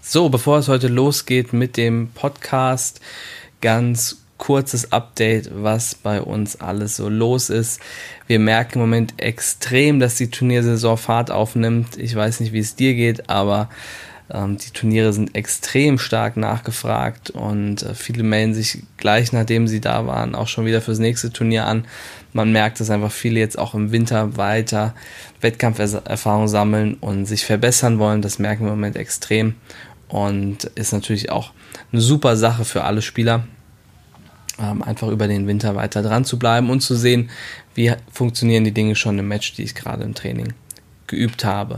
So, bevor es heute losgeht mit dem Podcast, ganz kurzes Update, was bei uns alles so los ist. Wir merken im Moment extrem, dass die Turniersaison Fahrt aufnimmt. Ich weiß nicht, wie es dir geht, aber die Turniere sind extrem stark nachgefragt und viele melden sich gleich, nachdem sie da waren, auch schon wieder fürs nächste Turnier an. Man merkt, dass einfach viele jetzt auch im Winter weiter Wettkampferfahrung sammeln und sich verbessern wollen. Das merken wir im Moment extrem und ist natürlich auch eine super Sache für alle Spieler, einfach über den Winter weiter dran zu bleiben und zu sehen, wie funktionieren die Dinge schon im Match, die ich gerade im Training geübt habe.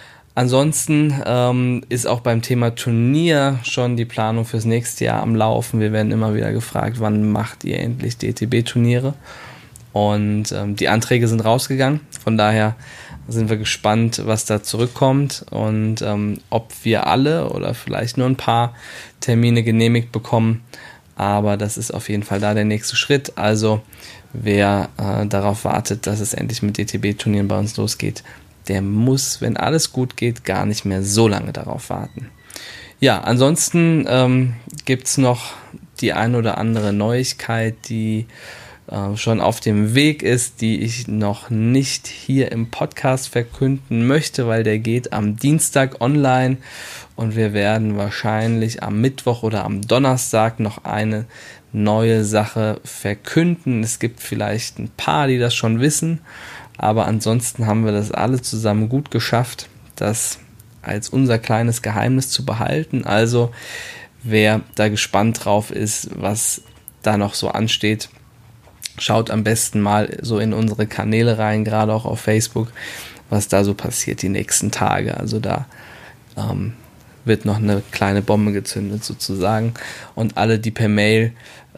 Ansonsten ist auch beim Thema Turnier schon die Planung fürs nächste Jahr am Laufen. Wir werden immer wieder gefragt, wann macht ihr endlich DTB-Turniere? Und die Anträge sind rausgegangen. Von daher sind wir gespannt, was da zurückkommt und ob wir alle oder vielleicht nur ein paar Termine genehmigt bekommen. Aber das ist auf jeden Fall da der nächste Schritt. Also wer darauf wartet, dass es endlich mit DTB-Turnieren bei uns losgeht, der muss, wenn alles gut geht, gar nicht mehr so lange darauf warten. Ja, ansonsten gibt es noch die ein oder andere Neuigkeit, die schon auf dem Weg ist, die ich noch nicht hier im Podcast verkünden möchte, weil der geht am Dienstag online und wir werden wahrscheinlich am Mittwoch oder am Donnerstag noch eine neue Sache verkünden. Es gibt vielleicht ein paar, die das schon wissen, aber ansonsten haben wir das alle zusammen gut geschafft, das als unser kleines Geheimnis zu behalten. Also wer da gespannt drauf ist, was da noch so ansteht, schaut am besten mal so in unsere Kanäle rein, gerade auch auf Facebook, was da so passiert die nächsten Tage. Also da wird noch eine kleine Bombe gezündet sozusagen und alle, die per Mail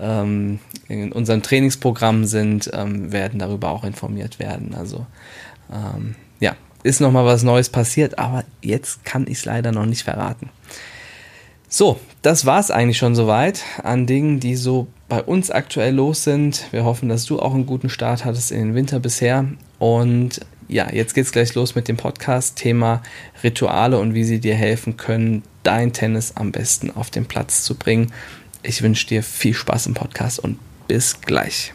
in unserem Trainingsprogramm sind, werden darüber auch informiert werden. Also ja, ist nochmal was Neues passiert, aber jetzt kann ich es leider noch nicht verraten. So, das war es eigentlich schon soweit an Dingen, die so bei uns aktuell los sind. Wir hoffen, dass du auch einen guten Start hattest in den Winter bisher. Und ja, jetzt geht's gleich los mit dem Podcast, Thema Rituale und wie sie dir helfen können, dein Tennis am besten auf den Platz zu bringen. Ich wünsche dir viel Spaß im Podcast und bis gleich.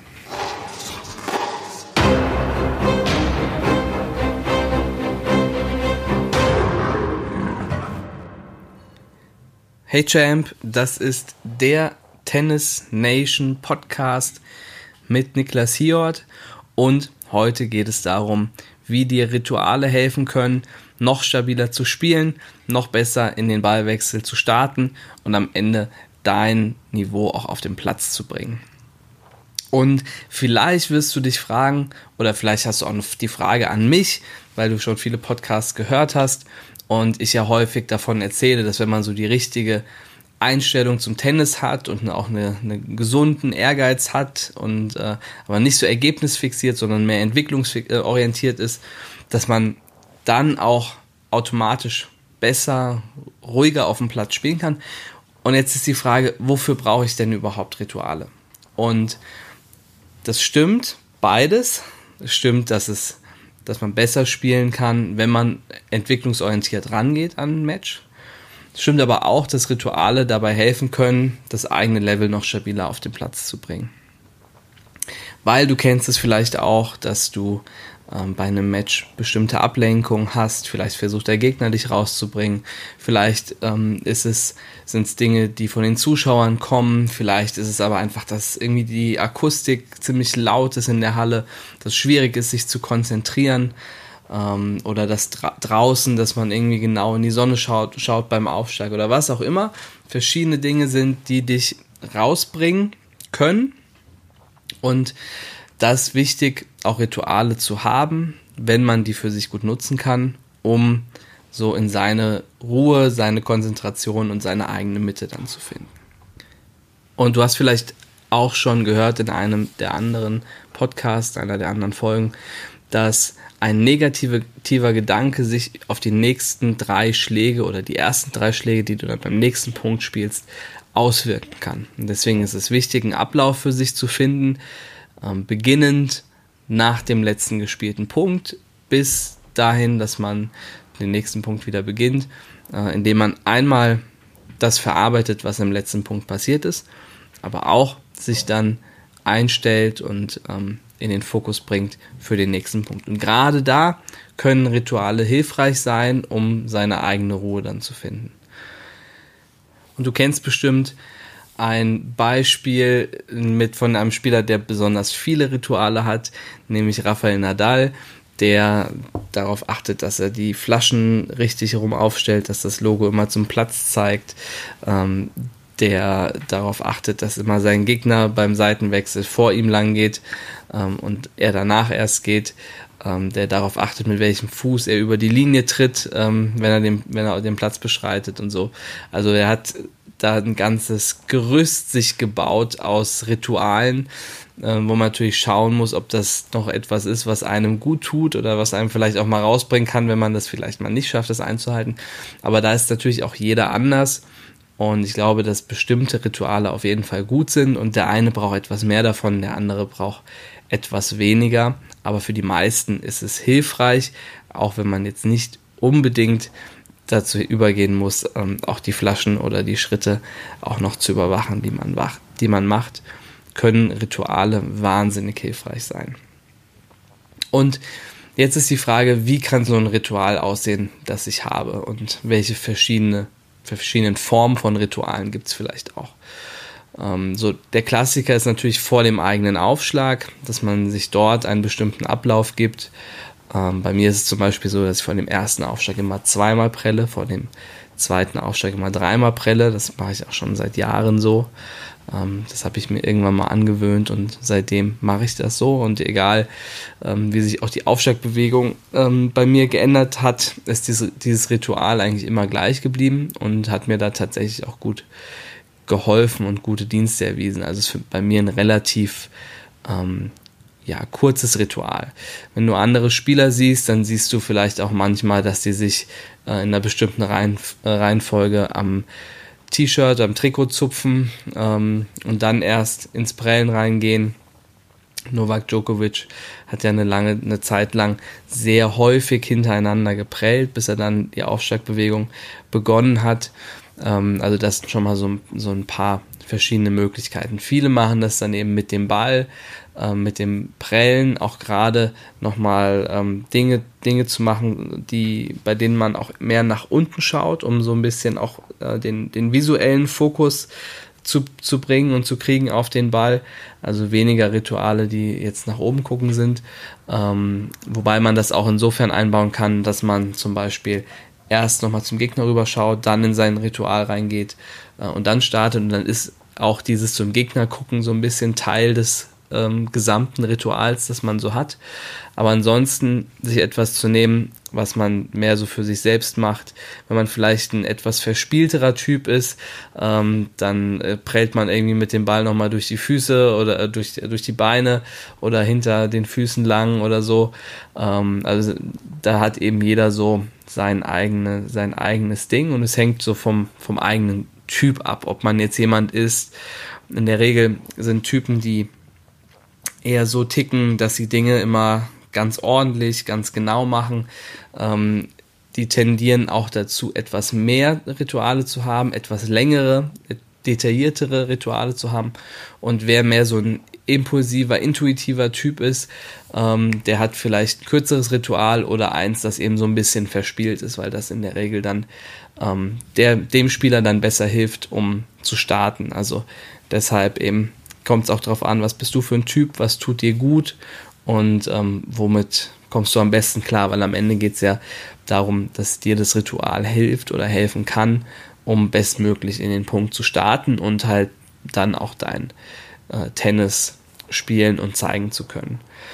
Hey Champ, das ist der Tennis Nation Podcast mit Niklas Hiort und heute geht es darum, wie dir Rituale helfen können, noch stabiler zu spielen, noch besser in den Ballwechsel zu starten und am Ende dein Niveau auch auf den Platz zu bringen. Und vielleicht wirst du dich fragen, oder vielleicht hast du auch noch die Frage an mich, weil du schon viele Podcasts gehört hast und ich ja häufig davon erzähle, dass wenn man so die richtige Einstellung zum Tennis hat und auch einen gesunden Ehrgeiz hat und aber nicht so ergebnisfixiert, sondern mehr entwicklungsorientiert ist, dass man dann auch automatisch besser, ruhiger auf dem Platz spielen kann. Und jetzt ist die Frage, wofür brauche ich denn überhaupt Rituale? Und das stimmt, beides. Es stimmt, dass man besser spielen kann, wenn man entwicklungsorientiert rangeht an ein Match. Es stimmt aber auch, dass Rituale dabei helfen können, das eigene Level noch stabiler auf den Platz zu bringen. Weil du kennst es vielleicht auch, dass du bei einem Match bestimmte Ablenkungen hast, vielleicht versucht der Gegner dich rauszubringen, vielleicht sind es Dinge, die von den Zuschauern kommen, vielleicht ist es aber einfach, dass irgendwie die Akustik ziemlich laut ist in der Halle, dass es schwierig ist, sich zu konzentrieren, oder das draußen, dass man irgendwie genau in die Sonne schaut beim Aufstieg oder was auch immer, verschiedene Dinge sind, die dich rausbringen können und das ist wichtig, auch Rituale zu haben, wenn man die für sich gut nutzen kann, um so in seine Ruhe, seine Konzentration und seine eigene Mitte dann zu finden. Und du hast vielleicht auch schon gehört in einem der anderen Podcasts, einer der anderen Folgen, dass ein negativer Gedanke sich auf die nächsten 3 Schläge oder die ersten 3 Schläge, die du dann beim nächsten Punkt spielst, auswirken kann. Und deswegen ist es wichtig, einen Ablauf für sich zu finden, beginnend nach dem letzten gespielten Punkt bis dahin, dass man den nächsten Punkt wieder beginnt, indem man einmal das verarbeitet, was im letzten Punkt passiert ist, aber auch sich dann einstellt und in den Fokus bringt für den nächsten Punkt. Und gerade da können Rituale hilfreich sein, um seine eigene Ruhe dann zu finden. Und du kennst bestimmt ein Beispiel von einem Spieler, der besonders viele Rituale hat, nämlich Rafael Nadal, der darauf achtet, dass er die Flaschen richtig herum aufstellt, dass das Logo immer zum Platz zeigt, der darauf achtet, dass immer sein Gegner beim Seitenwechsel vor ihm lang geht und er danach erst geht, der darauf achtet, mit welchem Fuß er über die Linie tritt, wenn er den Platz beschreitet und so. Also er hat da ein ganzes Gerüst sich gebaut aus Ritualen, wo man natürlich schauen muss, ob das noch etwas ist, was einem gut tut oder was einem vielleicht auch mal rausbringen kann, wenn man das vielleicht mal nicht schafft, das einzuhalten. Aber da ist natürlich auch jeder anders und ich glaube, dass bestimmte Rituale auf jeden Fall gut sind und der eine braucht etwas mehr davon, der andere braucht etwas weniger. Aber für die meisten ist es hilfreich, auch wenn man jetzt nicht unbedingt dazu übergehen muss, auch die Flaschen oder die Schritte auch noch zu überwachen, die man macht, können Rituale wahnsinnig hilfreich sein. Und jetzt ist die Frage, wie kann so ein Ritual aussehen, das ich habe und welche verschiedenen Formen von Ritualen gibt es vielleicht auch. So der Klassiker ist natürlich vor dem eigenen Aufschlag, dass man sich dort einen bestimmten Ablauf gibt. Bei mir ist es zum Beispiel so, dass ich vor dem ersten Aufschlag immer zweimal prelle, vor dem zweiten Aufschlag immer dreimal prelle. Das mache ich auch schon seit Jahren so. Das habe ich mir irgendwann mal angewöhnt und seitdem mache ich das so. Und egal, wie sich auch die Aufschlagbewegung bei mir geändert hat, ist dieses Ritual eigentlich immer gleich geblieben und hat mir da tatsächlich auch gut geholfen und gute Dienste erwiesen. Also es ist bei mir ein relativ kurzes Ritual. Wenn du andere Spieler siehst, dann siehst du vielleicht auch manchmal, dass die sich in einer bestimmten Reihenfolge am T-Shirt, am Trikot zupfen und dann erst ins Prellen reingehen. Novak Djokovic hat ja eine Zeit lang sehr häufig hintereinander geprellt, bis er dann die Aufschlagbewegung begonnen hat. Also das sind schon mal so ein paar verschiedene Möglichkeiten. Viele machen das dann eben mit dem Ball, mit dem Prellen, auch gerade nochmal Dinge zu machen, bei denen man auch mehr nach unten schaut, um so ein bisschen auch den visuellen Fokus zu bringen und zu kriegen auf den Ball. Also weniger Rituale, die jetzt nach oben gucken sind. Wobei man das auch insofern einbauen kann, dass man zum Beispiel erst nochmal zum Gegner rüberschaut, dann in sein Ritual reingeht und dann startet. Und dann ist auch dieses zum Gegner gucken so ein bisschen Teil des gesamten Rituals, das man so hat. Aber ansonsten sich etwas zu nehmen, was man mehr so für sich selbst macht. Wenn man vielleicht ein etwas verspielterer Typ ist, dann prellt man irgendwie mit dem Ball nochmal durch die Füße oder durch die Beine oder hinter den Füßen lang oder so. Also da hat eben jeder so sein eigenes Ding und es hängt so vom eigenen Typ ab, ob man jetzt jemand ist. In der Regel sind Typen, die eher so ticken, dass sie Dinge immer ganz ordentlich, ganz genau machen. Die tendieren auch dazu, etwas mehr Rituale zu haben, etwas längere, detailliertere Rituale zu haben. Und wer mehr so ein impulsiver, intuitiver Typ ist, der hat vielleicht ein kürzeres Ritual oder eins, das eben so ein bisschen verspielt ist, weil das in der Regel dann dem Spieler dann besser hilft, um zu starten. Also deshalb eben kommt es auch darauf an, was bist du für ein Typ, was tut dir gut und womit kommst du am besten klar, weil am Ende geht es ja darum, dass dir das Ritual hilft oder helfen kann, um bestmöglich in den Punkt zu starten und halt dann auch dein Tennis spielen und zeigen zu können.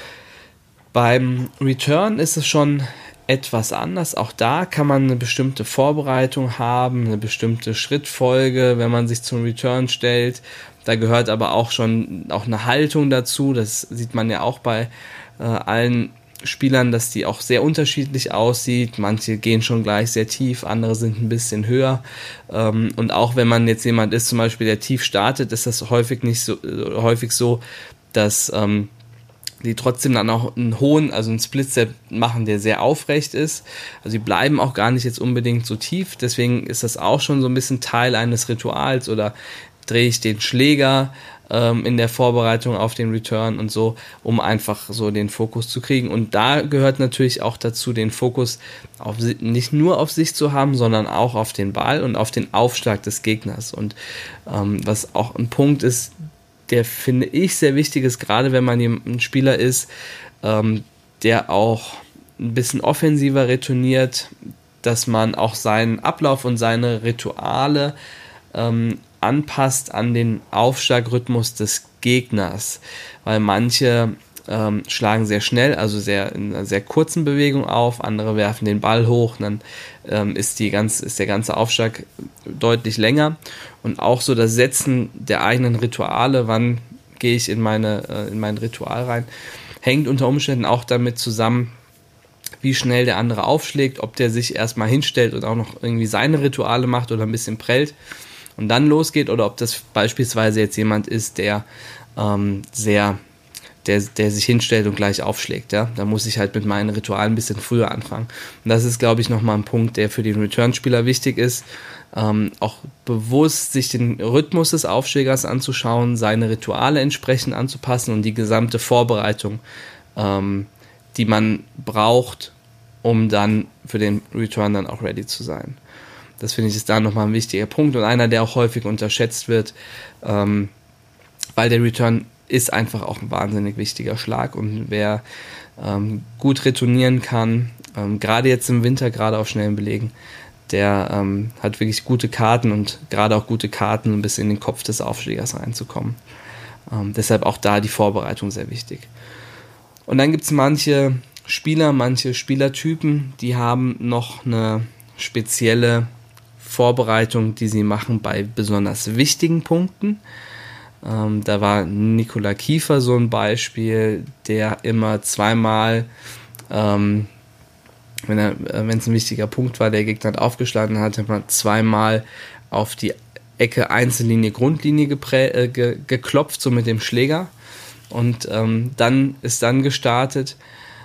Beim Return ist es schon etwas anders. Auch da kann man eine bestimmte Vorbereitung haben, eine bestimmte Schrittfolge, wenn man sich zum Return stellt. Da gehört aber auch schon eine Haltung dazu. Das sieht man ja auch bei allen Spielern, dass die auch sehr unterschiedlich aussieht. Manche gehen schon gleich sehr tief, andere sind ein bisschen höher. Und auch wenn man jetzt jemand ist, zum Beispiel der tief startet, ist das häufig so, dass die trotzdem dann auch einen Split-Step machen, der sehr aufrecht ist. Also die bleiben auch gar nicht jetzt unbedingt so tief, deswegen ist das auch schon so ein bisschen Teil eines Rituals, oder drehe ich den Schläger in der Vorbereitung auf den Return und so, um einfach so den Fokus zu kriegen. Und da gehört natürlich auch dazu, den Fokus nicht nur auf sich zu haben, sondern auch auf den Ball und auf den Aufschlag des Gegners. Und was auch ein Punkt ist, der, finde ich, sehr wichtig ist, gerade wenn man ein Spieler ist, der auch ein bisschen offensiver retourniert, dass man auch seinen Ablauf und seine Rituale anpasst an den Aufschlagrhythmus des Gegners, weil manche schlagen sehr schnell, also in einer sehr kurzen Bewegung auf, andere werfen den Ball hoch, und dann ist der ganze Aufschlag deutlich länger. Und auch so das Setzen der eigenen Rituale, wann gehe ich in mein Ritual rein, hängt unter Umständen auch damit zusammen, wie schnell der andere aufschlägt, ob der sich erstmal hinstellt und auch noch irgendwie seine Rituale macht oder ein bisschen prellt und dann losgeht, oder ob das beispielsweise jetzt jemand ist, der der sich hinstellt und gleich aufschlägt. Ja? Da muss ich halt mit meinen Ritualen ein bisschen früher anfangen. Und das ist, glaube ich, nochmal ein Punkt, der für den Return-Spieler wichtig ist, auch bewusst sich den Rhythmus des Aufschlägers anzuschauen, seine Rituale entsprechend anzupassen und die gesamte Vorbereitung, die man braucht, um dann für den Return dann auch ready zu sein. Das finde ich ist da nochmal ein wichtiger Punkt und einer, der auch häufig unterschätzt wird, weil der Return ist einfach auch ein wahnsinnig wichtiger Schlag, und wer gut retournieren kann, gerade jetzt im Winter, gerade auf schnellen Belegen, der hat wirklich gute Karten, und gerade auch gute Karten, um bis in den Kopf des Aufschlägers reinzukommen. Deshalb auch da die Vorbereitung sehr wichtig. Und dann gibt es manche Spielertypen, die haben noch eine spezielle Vorbereitung, die sie machen bei besonders wichtigen Punkten. Da war Nikola Kiefer so ein Beispiel, der immer zweimal, wenn es ein wichtiger Punkt war, der Gegner hat aufgeschlagen hat, hat man zweimal auf die Ecke Einzellinie, Grundlinie geklopft, so mit dem Schläger, und dann gestartet.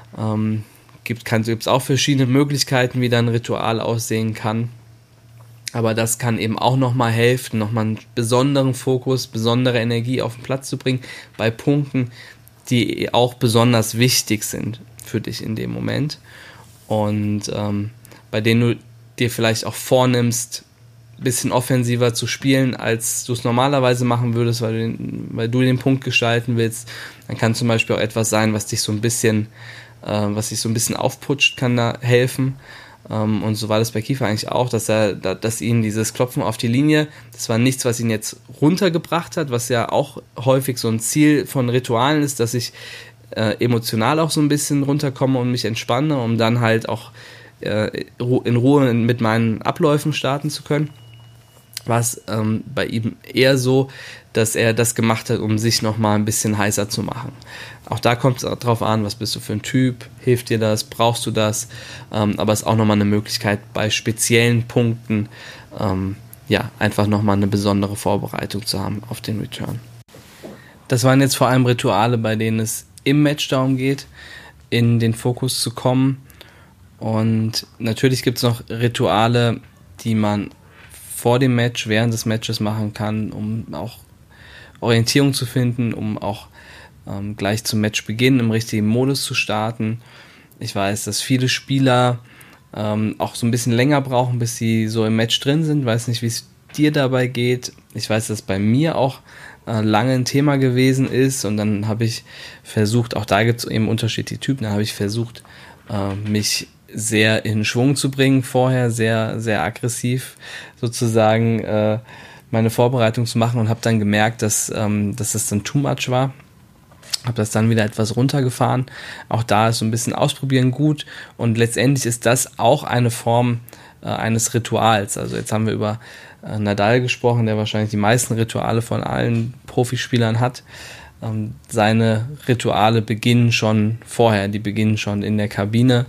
Gibt es auch verschiedene Möglichkeiten, wie dann ein Ritual aussehen kann. Aber das kann eben auch nochmal helfen, nochmal einen besonderen Fokus, besondere Energie auf den Platz zu bringen bei Punkten, die auch besonders wichtig sind für dich in dem Moment. Und bei denen du dir vielleicht auch vornimmst, ein bisschen offensiver zu spielen, als du es normalerweise machen würdest, weil du den Punkt gestalten willst. Dann kann zum Beispiel auch etwas sein, was dich so ein bisschen aufputscht, kann da helfen. Und so war das bei Kiefer eigentlich auch, dass ihn dieses Klopfen auf die Linie, das war nichts, was ihn jetzt runtergebracht hat, was ja auch häufig so ein Ziel von Ritualen ist, dass ich emotional auch so ein bisschen runterkomme und mich entspanne, um dann halt auch in Ruhe mit meinen Abläufen starten zu können. War es bei ihm eher so, dass er das gemacht hat, um sich nochmal ein bisschen heißer zu machen. Auch da kommt es drauf an, was bist du für ein Typ, hilft dir das, brauchst du das, aber es ist auch nochmal eine Möglichkeit, bei speziellen Punkten einfach nochmal eine besondere Vorbereitung zu haben auf den Return. Das waren jetzt vor allem Rituale, bei denen es im Match darum geht, in den Fokus zu kommen, und natürlich gibt es noch Rituale, die man vor dem Match, während des Matches machen kann, um auch Orientierung zu finden, um auch gleich zum Matchbeginn im richtigen Modus zu starten. Ich weiß, dass viele Spieler auch so ein bisschen länger brauchen, bis sie so im Match drin sind. Ich weiß nicht, wie es dir dabei geht. Ich weiß, dass bei mir auch lange ein Thema gewesen ist, und dann habe ich versucht, auch da gibt es eben unterschiedliche Typen, da habe ich versucht, mich sehr in Schwung zu bringen vorher, sehr, sehr aggressiv sozusagen meine Vorbereitung zu machen, und habe dann gemerkt, dass das dann too much war. Habe das dann wieder etwas runtergefahren. Auch da ist so ein bisschen Ausprobieren gut, und letztendlich ist das auch eine Form eines Rituals. Also jetzt haben wir über Nadal gesprochen, der wahrscheinlich die meisten Rituale von allen Profispielern hat. Seine Rituale beginnen schon vorher, die beginnen schon in der Kabine.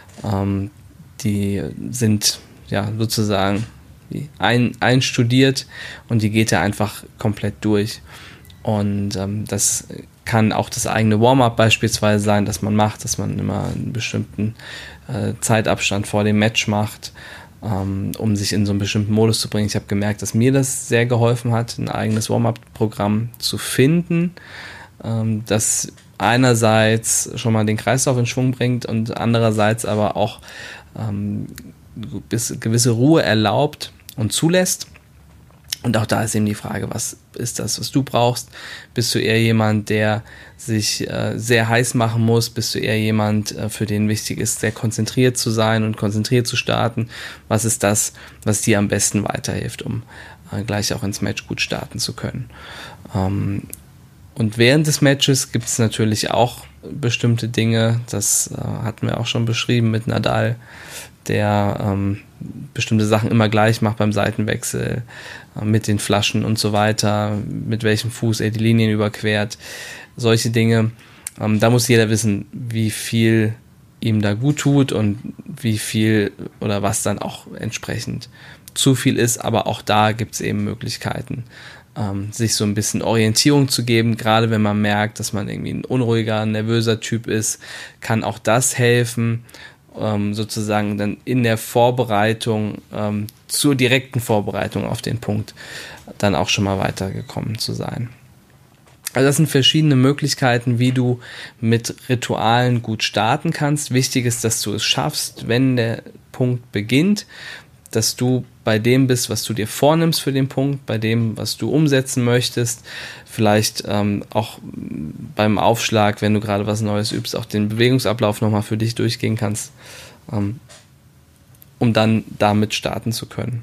Die sind ja sozusagen einstudiert, und die geht er einfach komplett durch. Und das kann auch das eigene Warm-up beispielsweise sein, dass man macht, dass man immer einen bestimmten Zeitabstand vor dem Match macht, um sich in so einen bestimmten Modus zu bringen. Ich habe gemerkt, dass mir das sehr geholfen hat, ein eigenes Warm-up-Programm zu finden, das einerseits schon mal den Kreislauf in Schwung bringt und andererseits aber auch gewisse Ruhe erlaubt und zulässt. Und auch da ist eben die Frage, was ist das, was du brauchst? Bist du eher jemand, der sich sehr heiß machen muss? Bist du eher jemand, für den wichtig ist, sehr konzentriert zu sein und konzentriert zu starten? Was ist das, was dir am besten weiterhilft, um gleich auch ins Match gut starten zu können? Und während des Matches gibt es natürlich auch bestimmte Dinge, das hatten wir auch schon beschrieben mit Nadal, der bestimmte Sachen immer gleich macht beim Seitenwechsel, mit den Flaschen und so weiter, mit welchem Fuß er die Linien überquert, solche Dinge. Da muss jeder wissen, wie viel ihm da gut tut und wie viel oder was dann auch entsprechend zu viel ist, aber auch da gibt es eben Möglichkeiten, sich so ein bisschen Orientierung zu geben, gerade wenn man merkt, dass man irgendwie ein unruhiger, nervöser Typ ist, kann auch das helfen, sozusagen dann in der Vorbereitung, zur direkten Vorbereitung auf den Punkt dann auch schon mal weitergekommen zu sein. Also das sind verschiedene Möglichkeiten, wie du mit Ritualen gut starten kannst. Wichtig ist, dass du es schaffst, wenn der Punkt beginnt, dass du bei dem bist, was du dir vornimmst für den Punkt, bei dem, was du umsetzen möchtest, vielleicht auch beim Aufschlag, wenn du gerade was Neues übst, auch den Bewegungsablauf nochmal für dich durchgehen kannst, um dann damit starten zu können.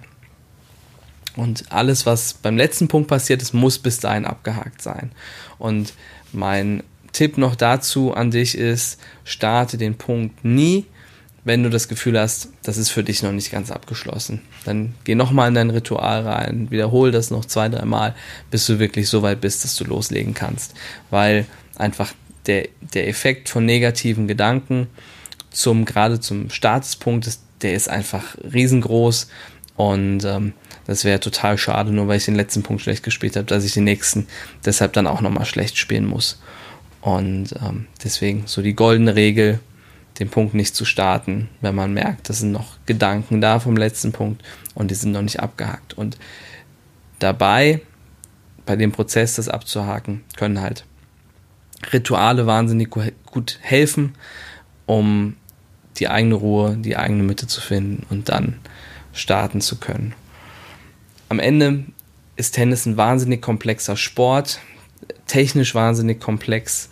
Und alles, was beim letzten Punkt passiert ist, muss bis dahin abgehakt sein. Und mein Tipp noch dazu an dich ist, starte den Punkt nie, wenn du das Gefühl hast, das ist für dich noch nicht ganz abgeschlossen. Dann geh nochmal in dein Ritual rein, wiederhole das noch 2-3 Mal, bis du wirklich so weit bist, dass du loslegen kannst. Weil einfach der Effekt von negativen Gedanken gerade zum Startpunkt, der ist einfach riesengroß und das wäre total schade, nur weil ich den letzten Punkt schlecht gespielt habe, dass ich den nächsten deshalb dann auch nochmal schlecht spielen muss. Und deswegen so die goldene Regel, den Punkt nicht zu starten, wenn man merkt, das sind noch Gedanken da vom letzten Punkt und die sind noch nicht abgehakt. Und dabei, bei dem Prozess, das abzuhaken, können halt Rituale wahnsinnig gut helfen, um die eigene Ruhe, die eigene Mitte zu finden und dann starten zu können. Am Ende ist Tennis ein wahnsinnig komplexer Sport, technisch wahnsinnig komplex,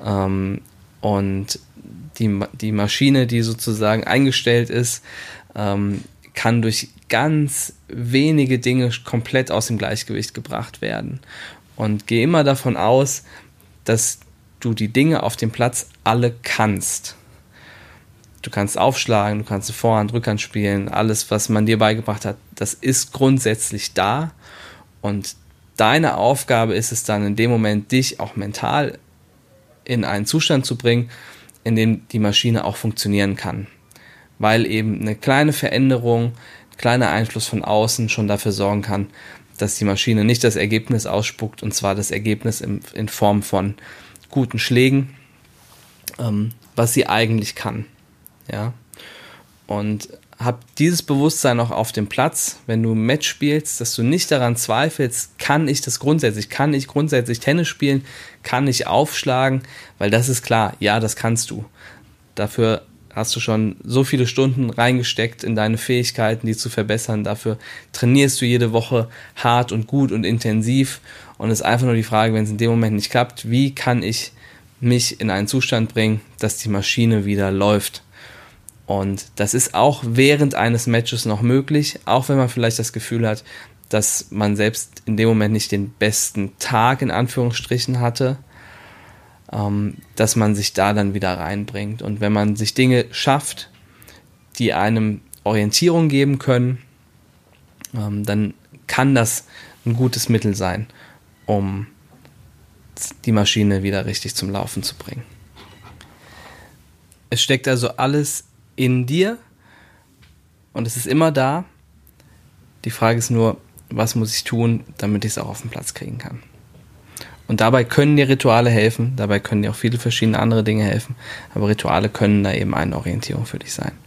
und die Maschine, die sozusagen eingestellt ist, kann durch ganz wenige Dinge komplett aus dem Gleichgewicht gebracht werden. Und gehe immer davon aus, dass du die Dinge auf dem Platz alle kannst. Du kannst aufschlagen, du kannst Vorhand, Rückhand spielen, alles, was man dir beigebracht hat, das ist grundsätzlich da. Und deine Aufgabe ist es dann in dem Moment, dich auch mental in einen Zustand zu bringen, in dem die Maschine auch funktionieren kann. Weil eben eine kleine Veränderung, ein kleiner Einfluss von außen schon dafür sorgen kann, dass die Maschine nicht das Ergebnis ausspuckt, und zwar das Ergebnis in Form von guten Schlägen, was sie eigentlich kann. Ja? Und hab dieses Bewusstsein auch auf dem Platz, wenn du ein Match spielst, dass du nicht daran zweifelst, kann ich grundsätzlich Tennis spielen, kann ich aufschlagen, weil das ist klar, ja, das kannst du. Dafür hast du schon so viele Stunden reingesteckt in deine Fähigkeiten, die zu verbessern, dafür trainierst du jede Woche hart und gut und intensiv, und es ist einfach nur die Frage, wenn es in dem Moment nicht klappt, wie kann ich mich in einen Zustand bringen, dass die Maschine wieder läuft. Und das ist auch während eines Matches noch möglich, auch wenn man vielleicht das Gefühl hat, dass man selbst in dem Moment nicht den besten Tag in Anführungsstrichen hatte, dass man sich da dann wieder reinbringt. Und wenn man sich Dinge schafft, die einem Orientierung geben können, dann kann das ein gutes Mittel sein, um die Maschine wieder richtig zum Laufen zu bringen. Es steckt also alles in dir und es ist immer da. Die Frage ist nur, was muss ich tun, damit ich es auch auf den Platz kriegen kann. Und dabei können dir Rituale helfen, dabei können dir auch viele verschiedene andere Dinge helfen, aber Rituale können da eben eine Orientierung für dich sein.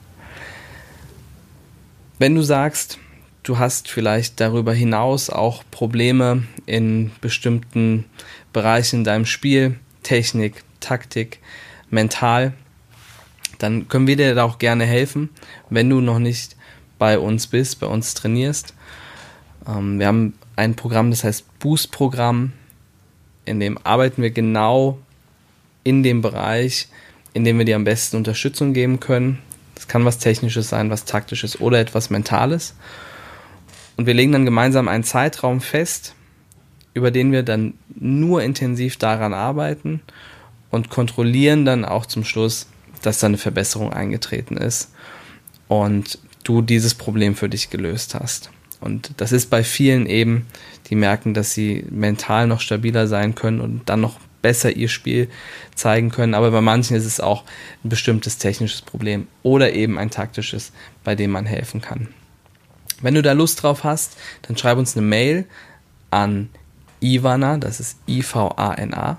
Wenn du sagst, du hast vielleicht darüber hinaus auch Probleme in bestimmten Bereichen in deinem Spiel, Technik, Taktik, mental, dann können wir dir da auch gerne helfen, wenn du noch nicht bei uns bist, bei uns trainierst. Wir haben ein Programm, das heißt Boost-Programm, in dem arbeiten wir genau in dem Bereich, in dem wir dir am besten Unterstützung geben können. Das kann was Technisches sein, was Taktisches oder etwas Mentales. Und wir legen dann gemeinsam einen Zeitraum fest, über den wir dann nur intensiv daran arbeiten und kontrollieren dann auch zum Schluss, dass da eine Verbesserung eingetreten ist und du dieses Problem für dich gelöst hast. Und das ist bei vielen eben, die merken, dass sie mental noch stabiler sein können und dann noch besser ihr Spiel zeigen können. Aber bei manchen ist es auch ein bestimmtes technisches Problem oder eben ein taktisches, bei dem man helfen kann. Wenn du da Lust drauf hast, dann schreib uns eine Mail an Ivana, das ist IVANA,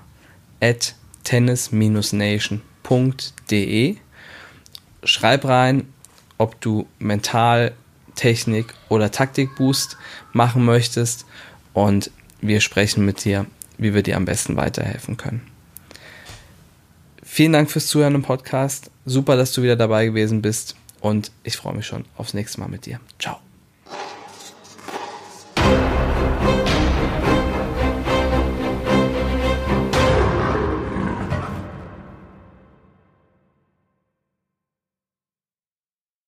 @tennis-nation.de. Schreib rein, ob du Mental, Technik oder Taktikboost machen möchtest und wir sprechen mit dir, wie wir dir am besten weiterhelfen können. Vielen Dank fürs Zuhören im Podcast. Super, dass du wieder dabei gewesen bist und ich freue mich schon aufs nächste Mal mit dir. Ciao.